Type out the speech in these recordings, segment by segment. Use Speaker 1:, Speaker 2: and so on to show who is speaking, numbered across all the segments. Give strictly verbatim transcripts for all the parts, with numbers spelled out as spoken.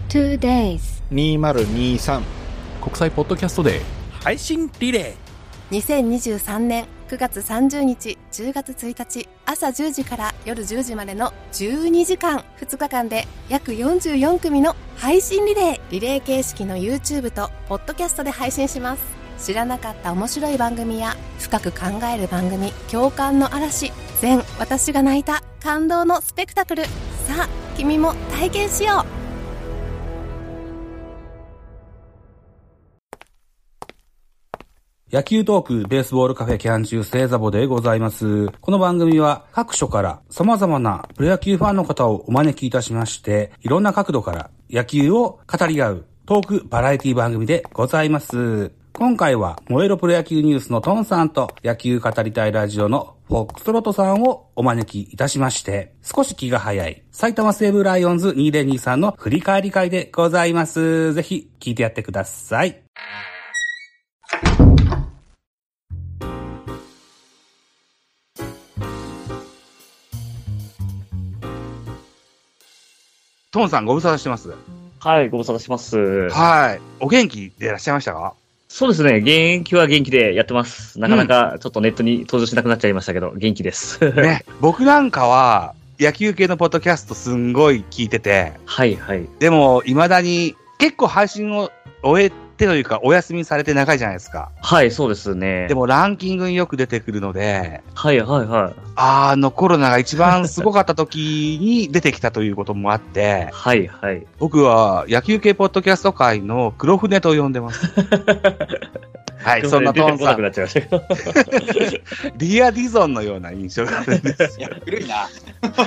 Speaker 1: ツーデイズ
Speaker 2: にせんにじゅうさん
Speaker 3: 国際ポッドキャストデー
Speaker 4: 配信リレ
Speaker 5: ーにせんにじゅうさんねんくがつさんじゅうにちじゅうがつついたち朝じゅうじから夜じゅうじまでのじゅうにじかんふつかかんで約よんじゅうよんくみの配信リレーリレー形式の YouTube とポッドキャストで配信します。知らなかった面白い番組や深く考える番組、共感の嵐、全私が泣いた感動のスペクタクル、さあ君も体験しよう。
Speaker 6: 野球トークベースボールカフェキャン中聖ザボでございます。この番組は各所から様々なプロ野球ファンの方をお招きいたしまして、いろんな角度から野球を語り合うトークバラエティ番組でございます。今回は燃えろプロ野球ニュースのトンさんと野球語りたいラジオのフォックストロットさんをお招きいたしまして、少し気が早い埼玉西武ライオンズにせんにじゅうさんの振り返り会でございます。ぜひ聞いてやってください。トンさんご無沙汰してます。
Speaker 7: はい、ご無沙汰します。
Speaker 6: はい。お元気でいらっしゃいましたか？
Speaker 7: そうですね。元気は元気でやってます。なかなかちょっとネットに登場しなくなっちゃいましたけど、うん、元気です。
Speaker 6: ね。僕なんかは野球系のポッドキャストすんごい聞いてて。
Speaker 7: はいはい。
Speaker 6: でも未だに結構配信を終えてというかお休みされて長いじゃないですか。
Speaker 7: はい、そうですね。
Speaker 6: でもランキングによく出てくるので。
Speaker 7: はいはいはい。
Speaker 6: あのコロナが一番すごかった時に出てきたということもあって。
Speaker 7: はいはい。
Speaker 6: 僕は野球系ポッドキャスト界の黒船と呼んでます。はい、そんなトンさん。リア・ディゾンのような印象があるんです。
Speaker 4: いや、古いな。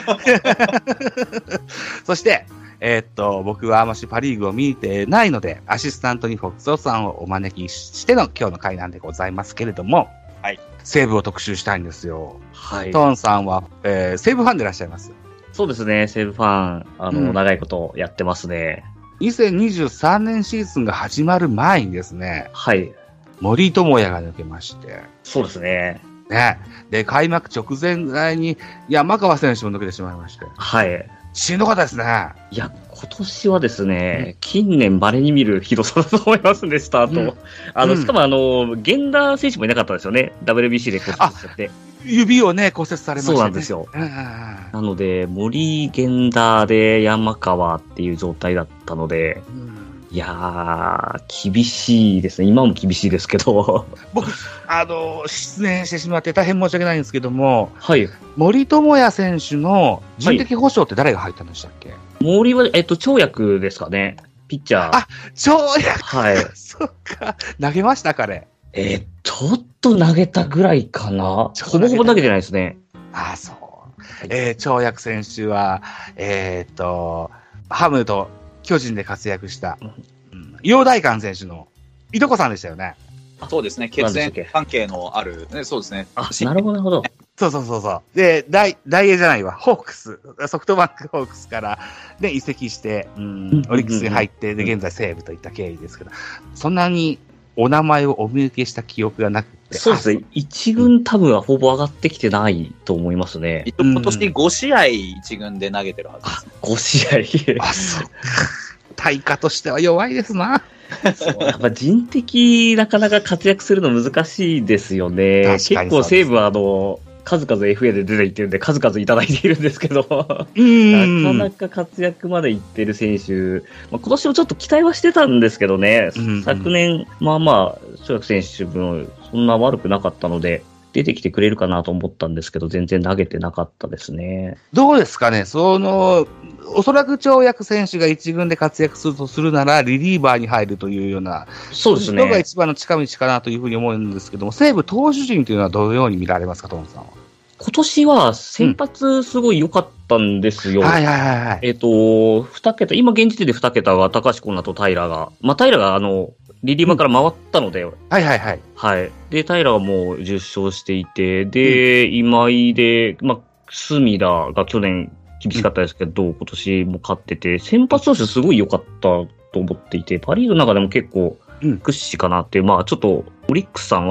Speaker 6: そして、えー、っと、僕はあましパリーグを見てないので、アシスタントにフォックスオさんをお招きしての今日の回なんでございますけれども、
Speaker 4: はい。
Speaker 6: 西武を特集したいんですよ。
Speaker 7: はい。
Speaker 6: トンさんは、えー、西武ファンでいらっしゃいます？
Speaker 7: そうですね、西武ファン、あの、うん、長いことやってますね。
Speaker 6: にせんにじゅうさんねんシーズンが始まる前にですね、
Speaker 7: はい。
Speaker 6: 森友哉が抜けまして。
Speaker 7: そうですね。
Speaker 6: ね。で、開幕直前ぐらいに山川選手も抜けてしまいまして。
Speaker 7: はい。
Speaker 6: しんどかったですね。
Speaker 7: いや、今年はですね、うん、近年稀に見るひどさだと思いますね、スタート。うん、あの、しかもあの、源田選手もいなかったですよね。ダブリュービーシー で骨折しちゃって。
Speaker 6: 指をね、骨折されましたね。
Speaker 7: そうなんですよ。なので、森、源田で山川っていう状態だったので、うん、いやー、厳しいですね。今も厳しいですけど。
Speaker 6: 僕、あの、失念してしまって大変申し訳ないんですけども、
Speaker 7: はい。
Speaker 6: 森友哉選手の人的保障って誰が入ったんでしたっけ？はい、
Speaker 7: 森は、えっと、長役ですかね。ピッチャー。
Speaker 6: あ、長役。
Speaker 7: はい。
Speaker 6: そっか。投げました彼。
Speaker 7: えー、ちょっと投げたぐらいかな。ほぼほぼ投げてないですね。
Speaker 6: あ、そう。えー、長役選手は、えー、っと、ハムと巨人で活躍した、うん、陽大館選手のいとこさんでしたよね。
Speaker 4: そうですね。血縁関係のある、ね、そうですね。
Speaker 7: あ、なるほど、なるほど。
Speaker 6: そうそうそうそう。で、大、大英じゃないわ、ホークス、ソフトバンクホークスから、ね、移籍して、うん、オリックスに入って、で、現在西武といった経緯ですけど、そんなにお名前をお見受けした記憶がなくて。
Speaker 7: そうですね。一軍多分はほぼ上がってきてないと思いますね。
Speaker 4: 今年ごしあい一軍で投げてるはずです、ね。
Speaker 7: ごしあい。
Speaker 6: あ、そうか。対価としては弱いですな。
Speaker 7: そうやっぱ人的なかなか活躍するの難しいですよね。結構西武はあの、数々 エフエー で出ていってるんで数々いただいているんですけど、
Speaker 6: うん
Speaker 7: なかなか活躍までいってる選手、まあ、今年もちょっと期待はしてたんですけどね、うん、昨年、まあまあ、小学選手分そんな悪くなかったので、出てきてくれるかなと思ったんですけど、全然投げてなかったですね。
Speaker 6: どうですかね、その、おそらく長役選手が一軍で活躍するとするなら、リリーバーに入るというような、
Speaker 7: そうですね。
Speaker 6: 人が一番の近道かなというふうに思うんですけども、西武投手陣というのはどのように見られますか、トムさんは。
Speaker 7: 今年は先発すごい良かったんですよ。
Speaker 6: うん、はいはいはい、はい。
Speaker 7: えっ、と、二桁、今現時点で二桁が高橋光成と平が、まあ平があの、リリーバーから回ったので、うん、
Speaker 6: はいはいはい。
Speaker 7: はい。で、平はもうじゅっしょうしていて、で、うん、今井で、まあ、隅田が去年厳しかったですけど、うん、今年も勝ってて、先発投手すごい良かったと思っていて、パリーグの中でも結構屈指かなっていう、うん、まあちょっとオリックスさんは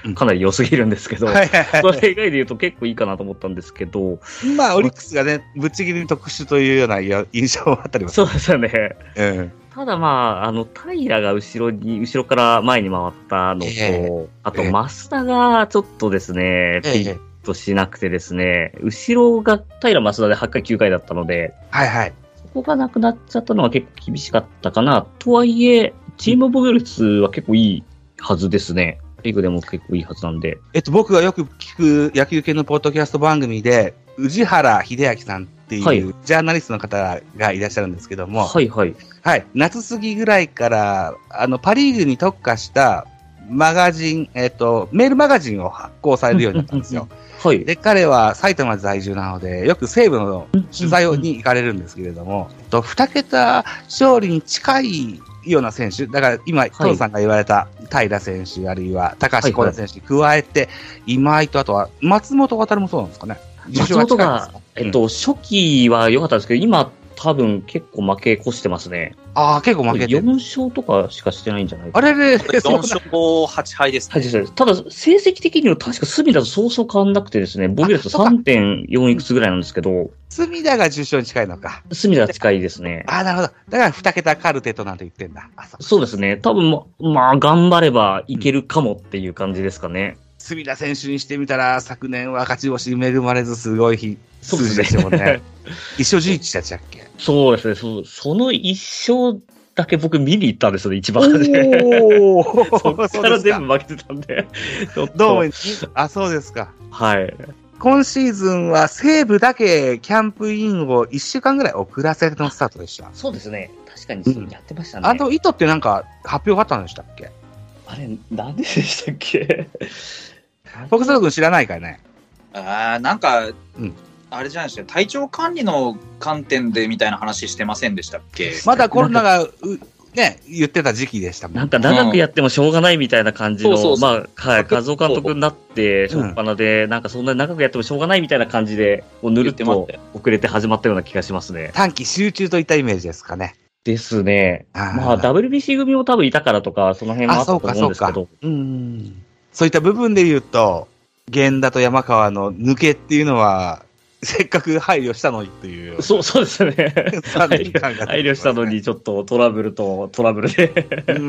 Speaker 7: かなり良すぎるんですけど、それ以外で言うと結構いいかなと思ったんですけど。
Speaker 6: まあ、オリックスがね、ぶっちぎりに特殊というような印象はあったります。
Speaker 7: そうですよね。
Speaker 6: うん。
Speaker 7: ただまあ、あの、平が後ろに、後ろから前に回ったのと、えー、あと、増田がちょっとですね、えー、ピッとしなくてですね、後ろが平増田ではちかいきゅうかいだったので、
Speaker 6: はいはい。
Speaker 7: そこがなくなっちゃったのは結構厳しかったかな。とはいえ、チーム防御率は結構いいはずですね。リーグでも結構いいはずなんで。
Speaker 6: えっと、僕がよく聞く野球系のポッドキャスト番組で、宇治原秀明さんっていうジャーナリストの方がいらっしゃるんですけども、
Speaker 7: はいはい。
Speaker 6: はい。夏過ぎぐらいから、あの、パリーグに特化したマガジン、えっと、メールマガジンを発行されるようになったんですよ。はい。で、彼は埼玉在住なので、よく西武の取材に行かれるんですけれども、えっと、二桁勝利に近いような選手、だから今、トムさんが言われた平選手、あるいは高橋光成選手に加えて、今井とあとは松本航もそうなんですかね。
Speaker 7: 松本が、えっと、うん、初期は良かったんですけど、今、多分結構負け越してますね。
Speaker 6: ああ、結構負けてる。
Speaker 7: よん勝とかしかしてないんじゃない
Speaker 6: あれで、
Speaker 4: よん勝はち敗ですね。
Speaker 7: はい、ただ、成績的には確か隅田とそうそう変わんなくてですね、防御率 さんてんよん いくつぐらいなんですけど。
Speaker 6: 隅田がじゅっ勝に近いのか。
Speaker 7: 隅田が近いですね。
Speaker 6: ああ、なるほど。だからに桁カルテとなんて言ってんだ。
Speaker 7: あ、そう、そうですね。多分ま、まあ、頑張ればいけるかもっていう感じですかね。
Speaker 6: うん、隅田選手にしてみたら、昨年は勝ち星恵まれずすごい日。数字でしょうね。一勝じゅういちだったっけ？
Speaker 7: そうですね。そ, その一勝だけ僕見に行ったんですよね、一番初め。
Speaker 6: お
Speaker 7: ーそこから全部負けてたんで。
Speaker 6: どうも、あ、そうですか。
Speaker 7: はい。
Speaker 6: 今シーズンは西武だけキャンプインをいっしゅうかんぐらい遅らせてのスタートでした。
Speaker 7: そうですね。確かにそうやってましたね。
Speaker 6: うん、あの意図ってなんか発表があったんでしたっけ？
Speaker 7: あれ、なんででしたっけ？
Speaker 6: 僕、佐藤君知らないからね。
Speaker 4: ああ、なんか、うんあれじゃないですか、体調管理の観点でみたいな話してませんでしたっけ？
Speaker 6: まだコロナがね、言ってた時期でしたもん。
Speaker 7: なんか長くやってもしょうがないみたいな感じの、うん、まあ、はい、和夫監督になって、しょっぱなで、うん、なんかそんなに長くやってもしょうがないみたいな感じで、ぬるっと遅れて始まったような気がしますね。
Speaker 6: 短期集中といったイメージですかね。
Speaker 7: ですね。あまあ、ダブリュービーシー 組も多分いたからとか、その辺もあったと思うんですけど。そうか、そうか。うん。
Speaker 6: そういった部分で言うと、源田と山川の抜けっていうのは、せっかく配慮したのにっていう。
Speaker 7: そう、そうですね。配慮したのにちょっとトラブルとトラブルで。うん。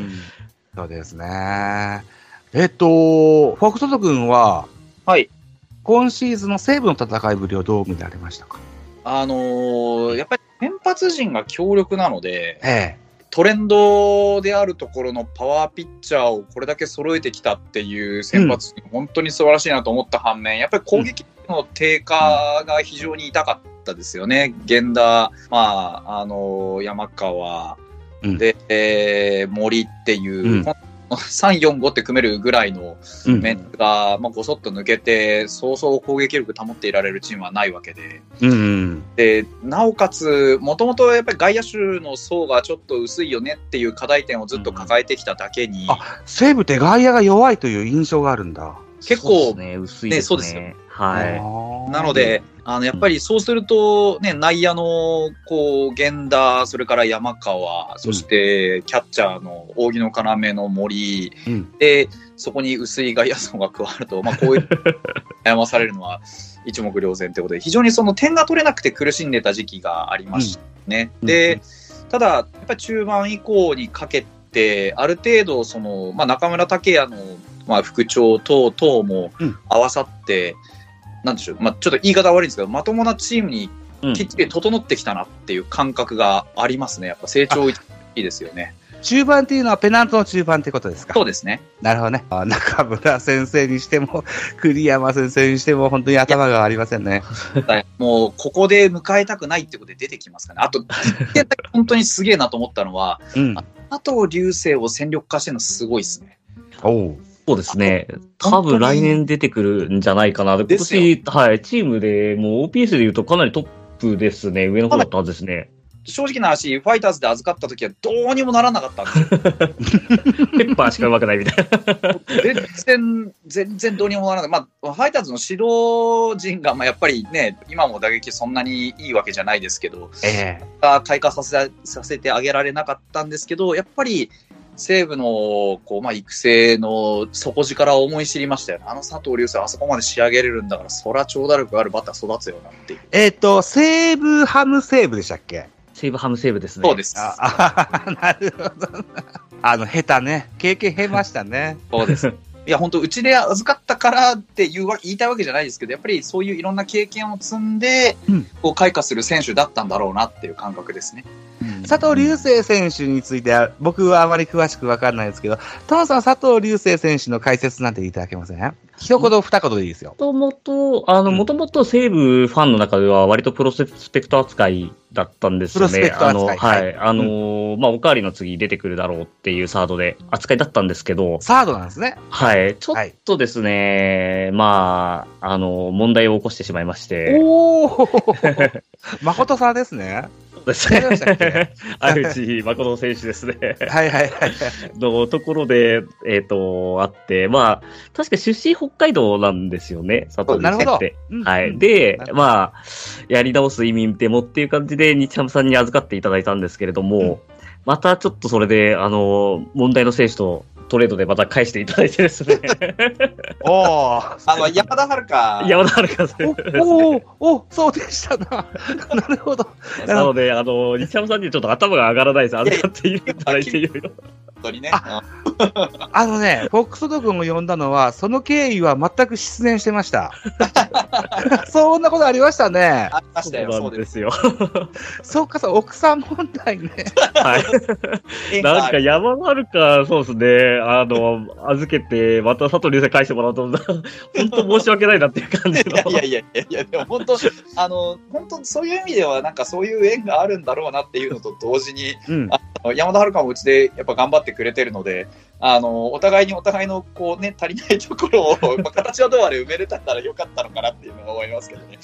Speaker 6: そうですね。えっと、フォークソト君は、
Speaker 4: はい。
Speaker 6: 今シーズンの西武の戦いぶりをどう見られましたか？
Speaker 4: あのー、やっぱり先発陣が強力なので、
Speaker 6: ええ、
Speaker 4: トレンドであるところのパワーピッチャーをこれだけ揃えてきたっていう先発陣、うん、本当に素晴らしいなと思った反面、やっぱり攻撃の低下が非常に痛かったですよね。源田、まあ、あの、山川、うん、で、えー、森っていう、うん、さん、よん、ごって組めるぐらいのメンツが、うんまあ、ごそっと抜けて、そうそう攻撃力保っていられるチームはないわけで。
Speaker 6: うんうん、
Speaker 4: で、なおかつ、もともとやっぱり外野手の層がちょっと薄いよねっていう課題点をずっと抱えてきただけに。
Speaker 6: うん、あ、西武って外野が弱いという印象があるんだ。
Speaker 4: 結構、
Speaker 7: そうですね、薄いですね。
Speaker 4: そうですよ。
Speaker 7: はい。
Speaker 4: なので、あの、やっぱりそうすると、ね、内野の、こう、源田、それから山川、そして、キャッチャーの扇の要の森、うん、で、そこに薄い外野層が加わると、まあ、こういう、悩まされるのは一目瞭然ということで、非常にその点が取れなくて苦しんでた時期がありましたね。うん、で、ただ、やっぱり中盤以降にかけて、ある程度、その、まあ、中村剛也の、まあ、副長等々も合わさって、うん、なんでしょう、まあ、ちょっと言い方悪いんですけど、まともなチームにきっちり整ってきたなっていう感覚がありますね。やっぱ成長いいですよね。
Speaker 6: 中盤っていうのはペナントの中盤ってことですか？
Speaker 4: そうですね。
Speaker 6: なるほどね。中村先生にしても、栗山先生にしても、本当に頭がありませんね。
Speaker 4: もう、ここで迎えたくないってことで出てきますかね。あと、本当にすげえなと思ったのは、うん、佐藤龍世を戦力化してるのすごいですね。
Speaker 6: おう。
Speaker 7: そうですね。多分来年出てくるんじゃないかな。今年、はい、チームでもう オーピーエス で言うとかなりトップですね。上の方だったはずですね。
Speaker 4: 正直な話、ファイターズで預かった時はどうにもならなかったんですよ。
Speaker 7: ペッパーしかうまくないみたいな。
Speaker 4: 全然、全然どうにもならない。まあ、ファイターズの指導陣が、まあ、やっぱりね、今も打撃そんなにいいわけじゃないですけど、
Speaker 6: え
Speaker 4: ー、開花させ、させてあげられなかったんですけど、やっぱり、 西武の、こう、まあ、育成の底力を思い知りましたよね。あの佐藤龍星あそこまで仕上げれるんだから、そら長打力あるバッター育つよなっていう。
Speaker 6: えっ、ー、と、西武ハム西武でしたっけ？
Speaker 7: 西武ハム西武ですね。
Speaker 4: そうです。
Speaker 6: ああ、なるほど。あの、下手ね。経験経ましたね。
Speaker 4: そうです。いや、本当うちで預かったからって言うわ言いたいわけじゃないですけど、やっぱりそういういろんな経験を積んで、うん、こう開花する選手だったんだろうなっていう感覚ですね。
Speaker 6: うん、佐藤龍星選手については、僕はあまり詳しく分かんないですけど、トンさん、佐藤龍星選手の解説なんていただけません？一言二言でいいですよ。
Speaker 7: もともと、あの、もともと西武ファンの中では割とプロスペクト扱いだったんですよね。
Speaker 6: プロスペクト扱い。
Speaker 7: あの、はい。あのー、うん、まあ、おかわりの次出てくるだろうっていうサードで扱いだったんですけど。
Speaker 6: サードなんですね。
Speaker 7: はい。ちょっとですね、はい、まあ、あの、問題を起こしてしまいまして。
Speaker 6: おー誠さんですね。
Speaker 7: そうですね。あるち誠選手ですね。
Speaker 6: はいはいはい。
Speaker 7: のところで、えっ、ー、と、あって、まあ、確か出身北海道なんですよね、佐藤選手って。はい。で、まあ、やり直す意味でもっていう感じで、日ハムさんに預かっていただいたんですけれども、うん、またちょっとそれで、あの、問題の選手と、トレードでまた返していただいてですね。
Speaker 4: おー。あの、山田遥香。
Speaker 7: 山田遥香
Speaker 6: 選手。おおおそうでしたな。なるほど。
Speaker 7: なので、あの、日ハムさんにちょっと頭が上がらないです。預かっていただいていろいろ。
Speaker 4: 本当にね。
Speaker 6: あ, あのね、フォックスド君を呼んだのは、その経緯は全く失念してました。そんなことありましたね。
Speaker 4: ありましたよ、
Speaker 7: そうですよ。
Speaker 6: そうか、そう、奥さん問題ね。
Speaker 7: はい。なんか山丸か、そうですね、あの、預けて、また佐藤龍星返してもらうと、本当申し訳ないなっていう感じの。
Speaker 4: いやいやいやいや、でも本当、あの、本当そういう意味では、なんかそういう縁があるんだろうなっていうのと同時に、うん、あの山田遥香もうちでやっぱ頑張ってくれてるので、あの、お互いにお互いのこうね、足りないところを、まあ、形はどうあれ埋めれたらよかったのかなっていうのは思いますけどね。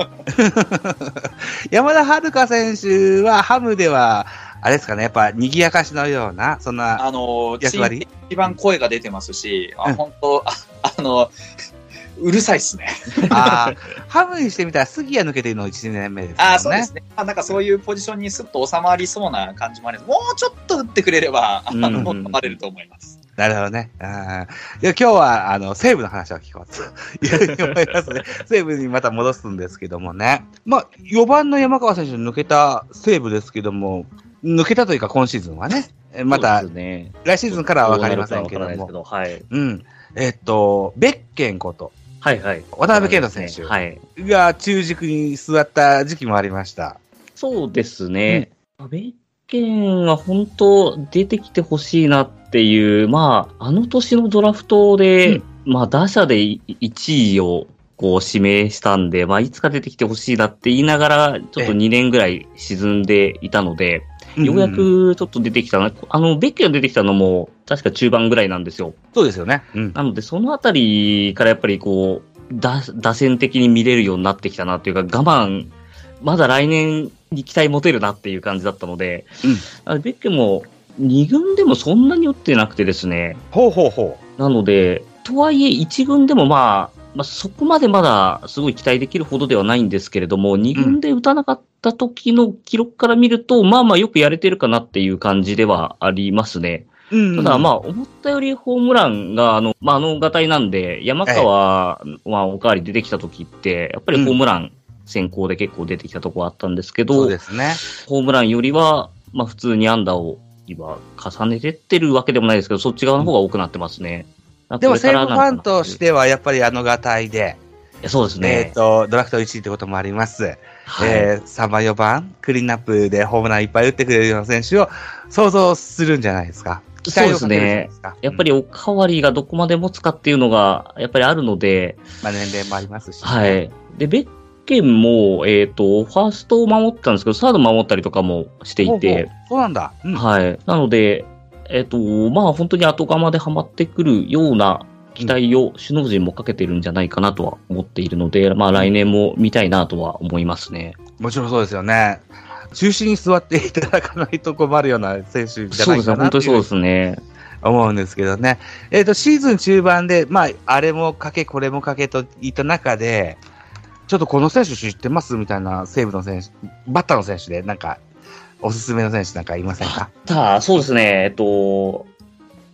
Speaker 6: 山田遥香選手はハムでは、あれですかね、やっぱ賑やかしのような、そんな役割。
Speaker 4: あの、一番声が出てますし、あ、うん、本当、あ、あの、うるさいっすね。
Speaker 6: ああ、ハムにしてみたら杉谷抜けてるのいちねんめですね。
Speaker 4: ああ、そうですね。まあ、なんかそういうポジションにスッと収まりそうな感じもあります。もうちょっと打ってくれれば、あの、うんうん、収まれると思います。
Speaker 6: なるほどね。あいや今日は、あの、西武の話を聞こうというふうに思いますね。西武にまた戻すんですけどもね。まあ、よばんの山川選手抜けた西武ですけども、抜けたというか今シーズンはね。また、ね、来シーズンからはわかりませんけども。ど
Speaker 7: はい。
Speaker 6: うん。えっと、ベッケンこと。
Speaker 7: はいはい。
Speaker 6: 渡辺健太選手。はい。が中軸に座った時期もありました。
Speaker 7: そうですね。うん、ベッケンが本当出てきてほしいなっていう、まあ、あの年のドラフトで、うん、まあ、打者でいちいをこう指名したんで、まあ、いつか出てきてほしいなって言いながら、ちょっとにねんぐらい沈んでいたので、ようやくちょっと出てきたな。あの、ベッケンが出てきたのも、確か中盤ぐらいなんですよ。
Speaker 6: そうですよね。
Speaker 7: うん、なので、そのあたりからやっぱりこう、打、打線的に見れるようになってきたなっていうか、我慢、まだ来年に期待持てるなっていう感じだったので、うん、ベッケンもに軍でもそんなに打ってなくてですね。
Speaker 6: ほうほうほ
Speaker 7: う。なので、とはいえいち軍でもまあ、まあ、そこまでまだすごい期待できるほどではないんですけれども、に軍で打たなかった時の記録から見ると、うん、まあまあよくやれてるかなっていう感じではありますね。うんうん、ただまあ思ったよりホームランがあの、まああのガタイなんで、山川はおかわり出てきた時って、やっぱりホームラン先行で結構出てきたところあったんですけど、
Speaker 6: そうですね。
Speaker 7: ホームランよりは、まあ普通に安打を今重ねてってるわけでもないですけど、そっち側の方が多くなってますね。
Speaker 6: うん、でも西武ファンとしてはやっぱりあのガタイで、
Speaker 7: そうですね。
Speaker 6: えっと、ドラフトいちいってこともあります。はい、えー、さんばんよばん、クリーンナップでホームランいっぱい打ってくれるような選手を想像するんじゃないですか。期待をかけるじゃないですか。
Speaker 7: そうですね。やっぱりおかわりがどこまで持つかっていうのが、やっぱりあるので。
Speaker 6: まあ年齢もありますし、ね。
Speaker 7: はい。で、ベッケンも、えっ、ー、と、ファーストを守ってたんですけど、サード守ったりとかもしていて。ほうほう
Speaker 6: そうなんだ。
Speaker 7: うん、はい。なので、えっ、ー、と、まあ本当に後釜でハマってくるような期待を首脳陣もかけてるんじゃないかなとは思っているので、まあ来年も見たいなとは思いますね。
Speaker 6: もちろんそうですよね。中心に座っていただかないと困るような選手じゃないかなと
Speaker 7: そうですね。
Speaker 6: 思うんですけどね。えっ、ー、と、シーズン中盤で、まあ、あれもかけ、これもかけといった中で、ちょっとこの選手知ってますみたいな西武の選手、バッターの選手で、なんか、おすすめの選手なんかいませんか？
Speaker 7: バッター、そうですね。えっと、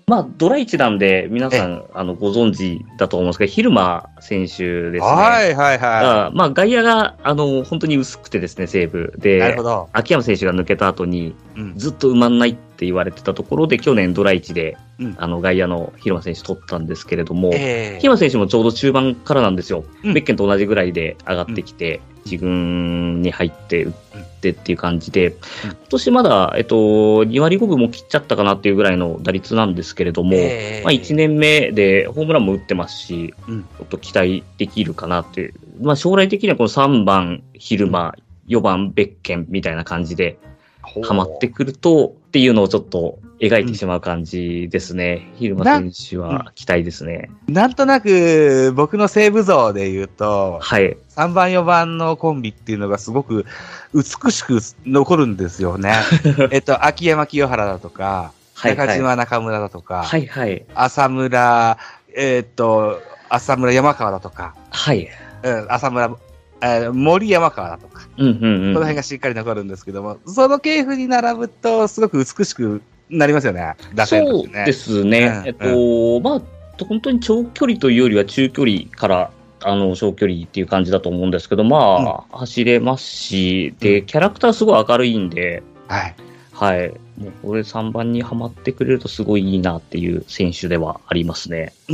Speaker 7: まあ、ドラいちなんで、皆さん、あの、ご存知だと思うんですけど、蛭間選手ですね。
Speaker 1: はいはいは
Speaker 7: い。まあ、外野が、あの、本当に薄くてですね、西武。で、
Speaker 1: なるほど。
Speaker 7: 秋山選手が抜けた後に、うん、ずっと埋まんないって言われてたところで、去年ドラいちで、うん、あの、外野の蛭間選手取ったんですけれども、えー、蛭間選手もちょうど中盤からなんですよ。うん、ベッケンと同じぐらいで上がってきて、うん、自軍に入って打ってっていう感じで、うん、今年まだ、えっと、にわりごぶも切っちゃったかなっていうぐらいの打率なんですけれども、えー、まあいちねんめでホームランも打ってますし、うん、ちょっと期待できるかなっていう。まあ将来的にはこのさんばん蛭間、よばんベッケンみたいな感じで、ハマってくるとっていうのをちょっと描いてしまう感じですね。蛭間、うん、選手は期待ですね。
Speaker 1: なんとなく僕の西武像で言うと、
Speaker 7: はい。
Speaker 1: さんばんよばんのコンビっていうのがすごく美しく残るんですよね。えっと、秋山清原だとか、はいはい、中島中村だとか、
Speaker 7: はいはい。
Speaker 1: 浅村、えー、っと、浅村山川だとか、
Speaker 7: はい。
Speaker 1: うん、浅村、えー、森山川だとか、
Speaker 7: うんうんうん、
Speaker 1: この辺がしっかり残るんですけども、その系譜に並ぶとすごく美しくなりますよね、打線としてね。
Speaker 7: そうですね。うん、えっと、うん、まあ、本当に長距離というよりは中距離から、あの、小距離っていう感じだと思うんですけど、まあ、うん、走れますし、で、キャラクターすごい明るいんで、
Speaker 1: はい。
Speaker 7: はい。もうこれさんばんにはまってくれるとすごいいいなっていう選手ではありますね。
Speaker 1: うん。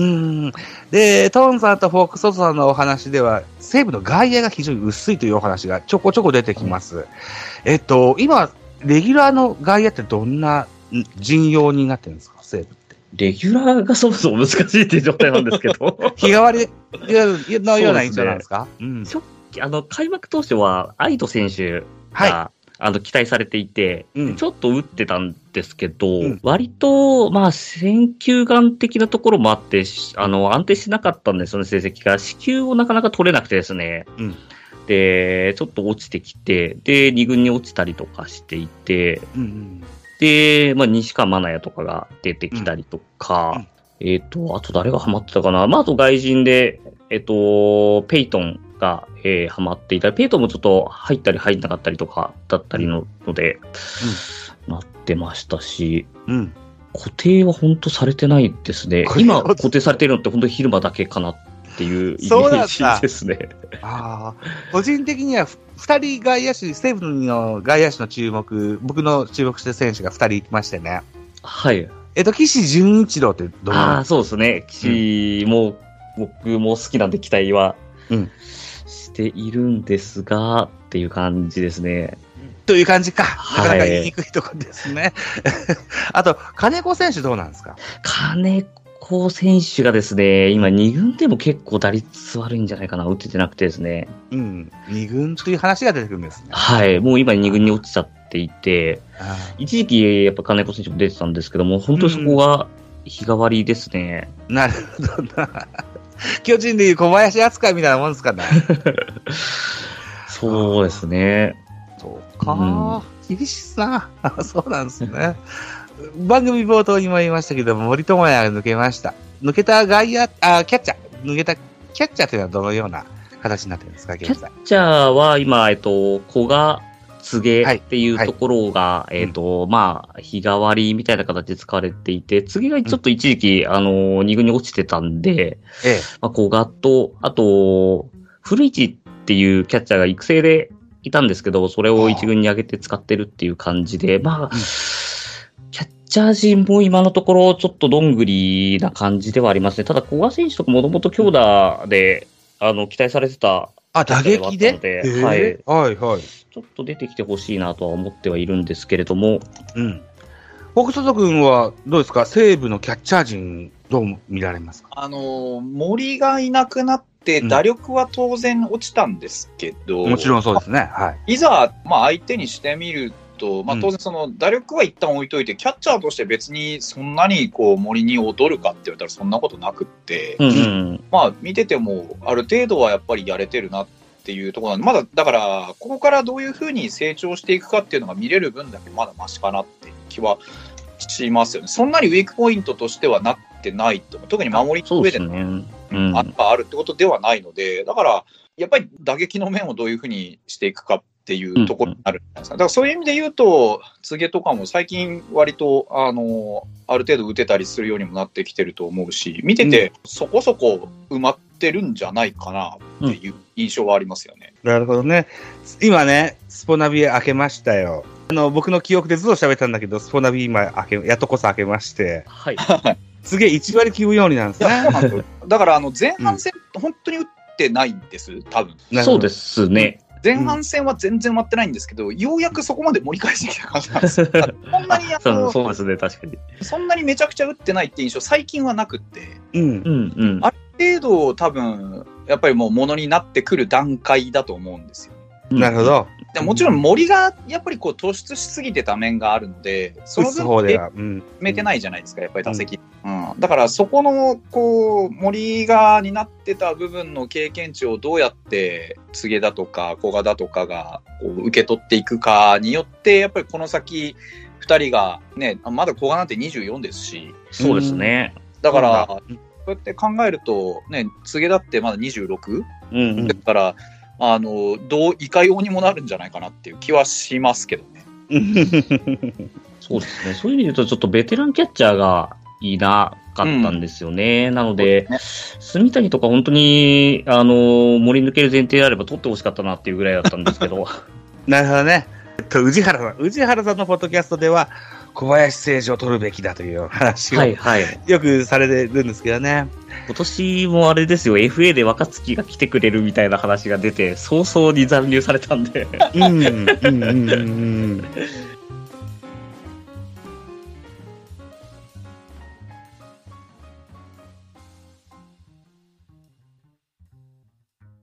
Speaker 1: で、トーンさんとフォークソトさんのお話では、西武の外野が非常に薄いというお話がちょこちょこ出てきます。うん、えっと、今、レギュラーの外野ってどんな陣容になってるんですか、西武って。
Speaker 7: レギュラーがそもそも難しいっていう状態なんですけど。
Speaker 1: 日替わりのような印象なんですか？
Speaker 7: うん、あの、開幕当初は、愛斗選手が、はい、あの、期待されていて、うん、ちょっと打ってたんですけど、うん、割と、まあ、選球眼的なところもあって、あの、安定しなかったんですよね、成績が。四球をなかなか取れなくてですね。うん、で、ちょっと落ちてきて、で、二軍に落ちたりとかしていて、うんうん、で、まあ、西川真奈也とかが出てきたりとか、うん、えっと、あと誰がハマってたかな。まあ、あと外人で、えっと、ペイトンが、えー、ハマっていたり、ペイトンもちょっと入ったり入んなかったりとかだったりので、うん、なってましたし、うん、固定は本当されてないですね。今固定されているのって本当に蛭間だけかなっていうイメージですね。
Speaker 1: あ個人的にはふたり外野手、西武の外野手の注目、僕の注目してる選手がふたりいましてね。
Speaker 7: はい。
Speaker 1: えっと、岸潤一郎ってどう
Speaker 7: ああ、そうですね。岸も、うん、僕も好きなんで期待は、うん、しているんですが、っていう感じですね。
Speaker 1: という感じか。なかなか言いにくいところですね。はい、あと、金子選手どうなんですか？
Speaker 7: 金子選手がですね、今に軍でも結構打率悪いんじゃないかな、打ててなくてですね。
Speaker 1: うん。に軍という話が出てくるんですね。
Speaker 7: はい。もう今に軍に落ちちゃっていて、一時期やっぱ金子選手も出てたんですけども、本当にそこが日替わりですね。
Speaker 1: うん、なるほどな。巨人でいう小林扱いみたいなもんですかね。
Speaker 7: そうですね。
Speaker 1: そうか、うん、厳しいな。そうなんですね。番組冒頭にも言いましたけども、森友哉が抜けました。抜けた外野、あ、キャッチャー。抜けたキャッチャーというのはどのような形になってるんですか、
Speaker 7: キャッチャーは今、えっと、古賀告げっていうところが、はいはい、えっと、うん、まあ、日替わりみたいな形で使われていて、告げがちょっと一時期、うん、あの、二軍に落ちてたんで、ええ、まあ、古賀と、あと、古市っていうキャッチャーが育成でいたんですけど、それを一軍に上げて使ってるっていう感じで、まあ、うん、キャッチャー陣も今のところちょっとどんぐりな感じではありますね。ただ、古賀選手とかもともと強打で、あの、期待されてた、
Speaker 1: あ、打撃で、
Speaker 7: えー、はい。
Speaker 1: はいはい。
Speaker 7: ちょっと出てきてほしいなとは思ってはいるんですけれども。
Speaker 1: うん。北里君はどうですか？西武のキャッチャー陣、どう見られますか？
Speaker 4: あの、森がいなくなって、打力は当然落ちたんですけど。
Speaker 1: うん、もちろんそうですね。はい。
Speaker 4: いざ、まあ相手にしてみると、まあ当然その打力は一旦置いといて、うん、キャッチャーとして別にそんなにこう森に劣るかって言われたらそんなことなくって、
Speaker 7: うんうん、
Speaker 4: まあ見ててもある程度はやっぱりやれてるなっていうところなんで、まだだからここからどういうふうに成長していくかっていうのが見れる分だけまだマシかなって気はしますよね。そんなにウィークポイントとしてはなってないと、特に守りの上での、ねうん、あるってことではないので、だからやっぱり打撃の面をどういうふうにしていくかっっていうところになるんじゃないですか。だからそういう意味で言うと、柘植とかも最近割と、あの、ある程度打てたりするようにもなってきてると思うし、見ててそこそこ埋まってるんじゃないかなっていう印象はありますよね。
Speaker 1: うん、なるほどね。今ね、スポナビ開けましたよ。あの、僕の記憶でずっと喋ったんだけど、スポナビ今開け、やっとこそ開けまして。
Speaker 7: はい。
Speaker 1: すげえいち割きぶようになんですね。
Speaker 4: だから、あの、前半戦、うん、本当に打ってないんです、多分。
Speaker 7: そうですね。
Speaker 4: 前半戦は全然埋まってないんですけど、うん、ようやくそこまで盛り返してきた感じなんですよ。そんなにあの
Speaker 7: そうですね、確かに。
Speaker 4: そんなにめちゃくちゃ打ってないって印象、最近はなくって、
Speaker 1: うんうんうん、
Speaker 4: ある程度、多分やっぱりもうものになってくる段階だと思うんですよ。
Speaker 1: なるほど。
Speaker 4: でもちろん森がやっぱりこう突出しすぎてた面があるので、その分で決めてないじゃないですか、やっぱり打席。うんうん、だからそこのこう森が担ってた部分の経験値をどうやって柘植だとか古賀だとかがこう受け取っていくかによって、やっぱりこの先ふたりがね、まだ古賀なんてにじゅうよんですし。
Speaker 7: そうですね。
Speaker 4: だから、こうやって考えるとね、柘植だってまだにじゅうろく？うんうん、だから、あの、どういかようにもなるんじゃないかなっていう気はしますけどね。
Speaker 7: そうですね。そういう意味で言うと、ちょっとベテランキャッチャーがいなかったんですよね。うん、なので、ね、住谷とか本当に、あの、盛り抜ける前提であれば取ってほしかったなっていうぐらいだったんですけど。
Speaker 1: なるほどね。えっと、宇治原さん。宇治原さんのポッドキャストでは、小林誠司を取るべきだという話を、はいはい、よくされてるんですけどね。
Speaker 7: 今年もあれですよ、エフエー で若月が来てくれるみたいな話が出て、早々に残留されたんで。うん、うん、うん、うん。